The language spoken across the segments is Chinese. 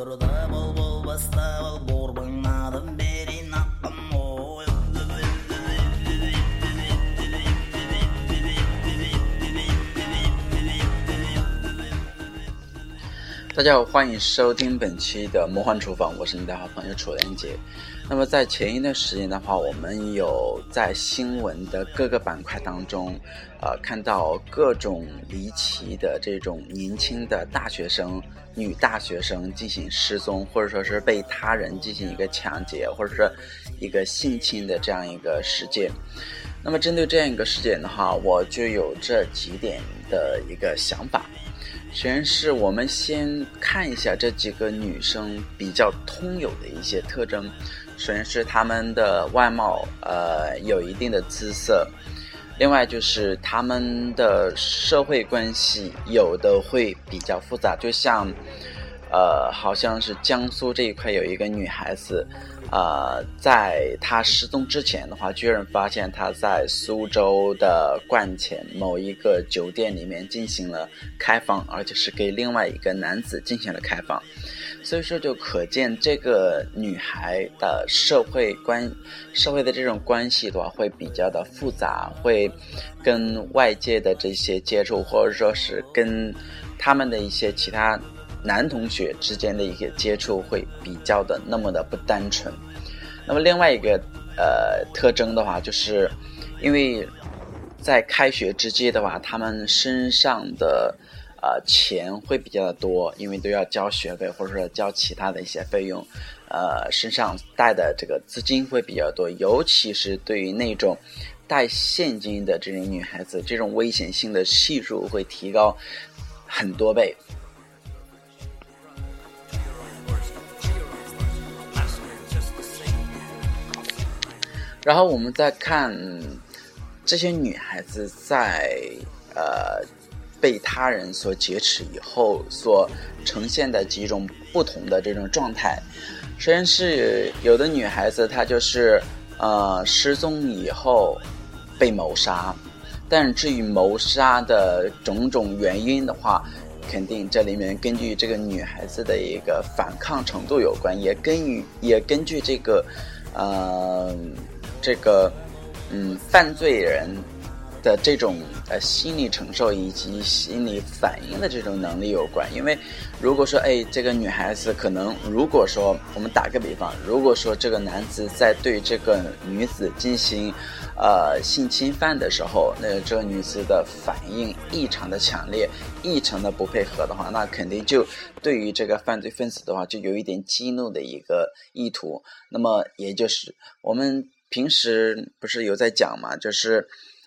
大家好，欢迎收听本期的魔幻厨房，我是你的好朋友楚连杰。那么在前一段时间的话，我们有在新闻的各个板块当中看到各种离奇的这种年轻的大学生、女大学生进行失踪，或者说是被他人进行一个抢劫或者是一个性侵的这样一个事件。那么针对这样一个事件的话，我就有这几点的一个想法。首先是我们先看一下这几个女生比较通有的一些特征。首先是她们的外貌有一定的姿色，另外就是她们的社会关系有的会比较复杂，就像好像是江苏这一块有一个女孩子，在她失踪之前的话，居然发现她在苏州的观前某一个酒店里面进行了开房，而且是给另外一个男子进行了开房。所以说就可见这个女孩的社会的这种关系的话会比较的复杂，会跟外界的这些接触，或者说是跟他们的一些其他男同学之间的一些接触会比较的那么的不单纯。那么另外一个特征的话，就是因为在开学之际的话，他们身上的钱会比较的多，因为都要交学费或者说交其他的一些费用，身上带的这个资金会比较多，尤其是对于那种带现金的这种女孩子，这种危险性的系数会提高很多倍。然后我们再看这些女孩子在被他人所劫持以后所呈现的几种不同的这种状态。首先是有的女孩子她就是失踪以后被谋杀，但至于谋杀的种种原因的话，肯定这里面根据这个女孩子的一个反抗程度有关，也根据这个犯罪人的这种心理承受以及心理反应的这种能力有关。因为如果说这个女孩子可能，如果说我们打个比方，如果说这个男子在对这个女子进行性侵犯的时候，那这个女子的反应异常的强烈，异常的不配合的话，那肯定就对于这个犯罪分子的话就有一点激怒的一个意图。那么也就是我们平时不是有在讲嘛，就是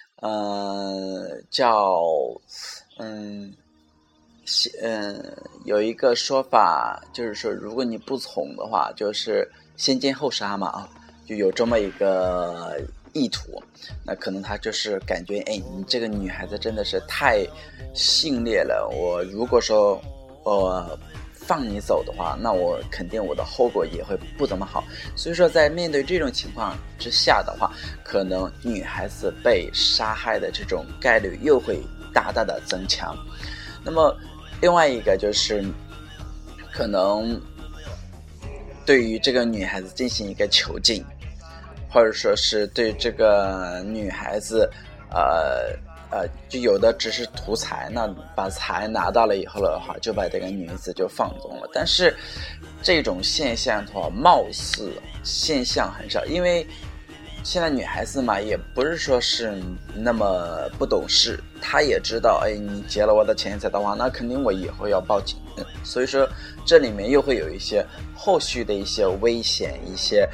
有一个说法，就是说如果你不从的话，就是先奸后杀嘛，就有这么一个意图。那可能他就是感觉你这个女孩子真的是太性烈了，我如果说放你走的话，那我肯定我的后果也会不怎么好。所以说在面对这种情况之下的话，可能女孩子被杀害的这种概率又会大大的增强。那么另外一个就是可能对于这个女孩子进行一个囚禁，或者说是对这个女孩子就有的只是图财，那把财拿到了以后的话，就把这个女子就放纵了。但是这种现象的话，貌似现象很少，因为现在女孩子嘛，也不是说是那么不懂事，她也知道，你劫了我的钱财的话，那肯定我以后要报警。所以说这里面又会有一些后续的一些危险，一些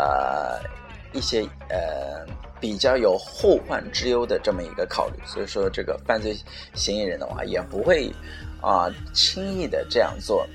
比较有后患之忧的这么一个考虑。所以说这个犯罪嫌疑人的话也不会轻易的这样做。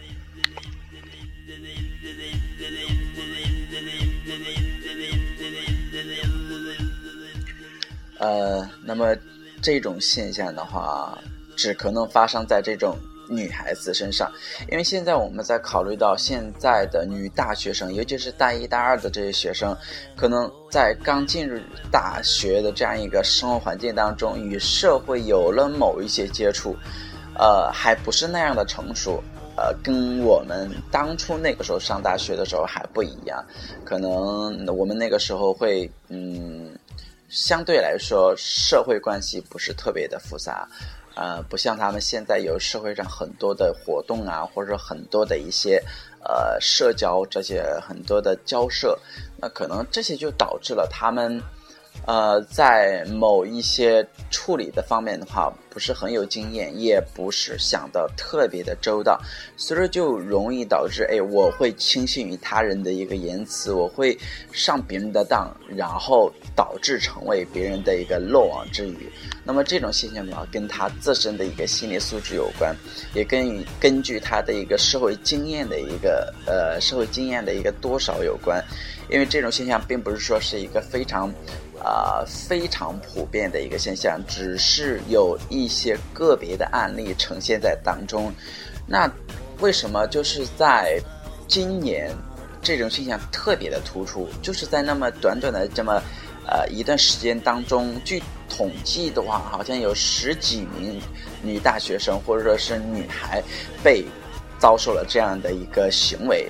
那么这种现象的话只可能发生在这种女孩子身上。因为现在我们在考虑到现在的女大学生，尤其是大一大二的这些学生，可能在刚进入大学的这样一个生活环境当中，与社会有了某一些接触，还不是那样的成熟， 跟我们当初那个时候上大学的时候还不一样，可能我们那个时候会相对来说社会关系不是特别的复杂，不像他们现在有社会上很多的活动啊，或者很多的一些社交，这些很多的交涉，那可能这些就导致了他们在某一些处理的方面的话不是很有经验，也不是想的特别的周到，所以说就容易导致我会轻信于他人的一个言辞，我会上别人的当，然后导致成为别人的一个漏网之鱼。那么这种现象的话跟他自身的一个心理素质有关，也根据他的一个社会经验的一个多少有关。因为这种现象并不是说是一个非常普遍的一个现象，只是有一些个别的案例呈现在当中。那为什么就是在今年这种现象特别的突出，就是在那么短短的这么一段时间当中，据统计的话好像有10几名女大学生或者说是女孩被遭受了这样的一个行为。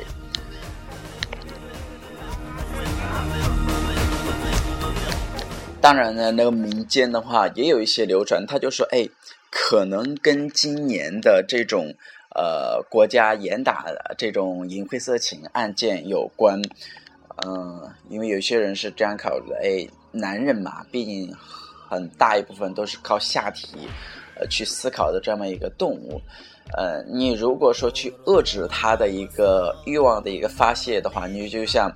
当然呢，那个民间的话也有一些流传，他就说可能跟今年的这种国家严打这种淫秽色情案件有关。因为有些人是这样考虑的，男人嘛，毕竟很大一部分都是靠下体去思考的这么一个动物。你如果说去遏制他的一个欲望的一个发泄的话，你就像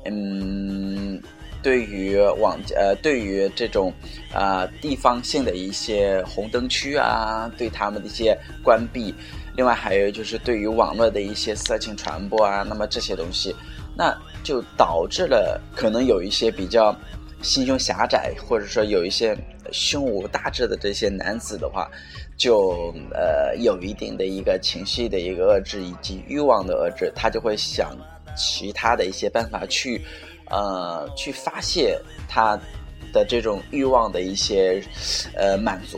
对于这种地方性的一些红灯区啊，对他们的一些关闭，另外还有就是对于网络的一些色情传播啊，那么这些东西，那就导致了可能有一些比较心胸狭窄，或者说有一些胸无大志的这些男子的话，就有一定的一个情绪的一个遏制以及欲望的遏制，他就会想其他的一些办法去发泄他的这种欲望的一些满足。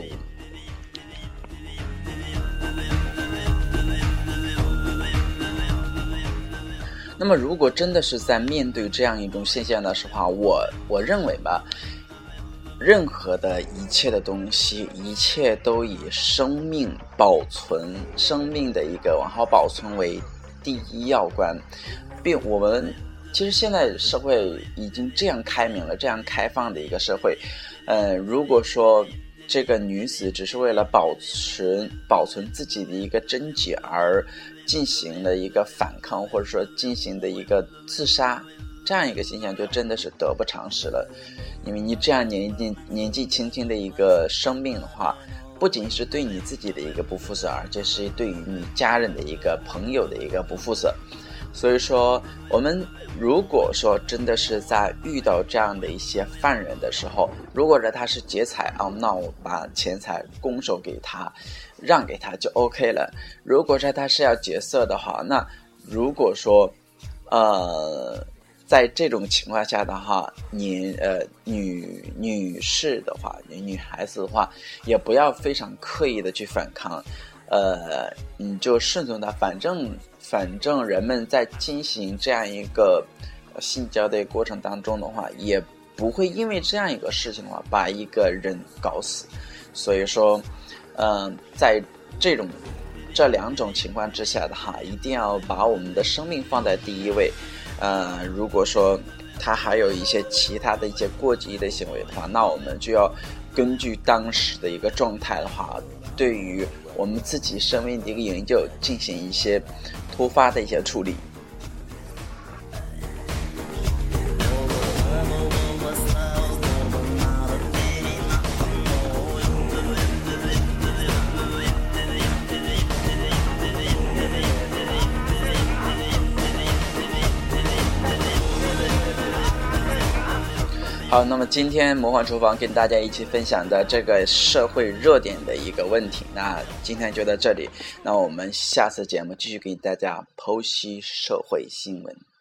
那么如果真的是在面对这样一种现象的时候，我认为吧，任何的一切的东西，一切都以生命的一个完好保存为第一要关。并我们其实现在社会已经这样开明了，这样开放的一个社会，如果说这个女子只是为了保存自己的一个贞洁而进行了一个反抗，或者说进行的一个自杀，这样一个现象就真的是得不偿失了。因为你这样年纪轻轻的一个生命的话，不仅是对你自己的一个不负责，而且是对于你家人的一个朋友的一个不负责。所以说我们如果说真的是在遇到这样的一些犯人的时候，如果说他是劫财那我把钱财拱手给他，让给他就 OK 了。如果说他是要劫色的话，那如果说在这种情况下的话，女士的话，女孩子的话，也不要非常刻意的去反抗，你就顺从他，反正人们在进行这样一个性交的过程当中的话，也不会因为这样一个事情的话把一个人搞死。所以说在这两种情况之下的话，一定要把我们的生命放在第一位。如果说他还有一些其他的一些过激的行为的话，那我们就要根据当时的一个状态的话，对于我们自己生命的一个营救进行一些突发的一些处理。好，那么今天魔幻厨房跟大家一起分享的这个社会热点的一个问题，那今天就到这里，那我们下次节目继续给大家剖析社会新闻。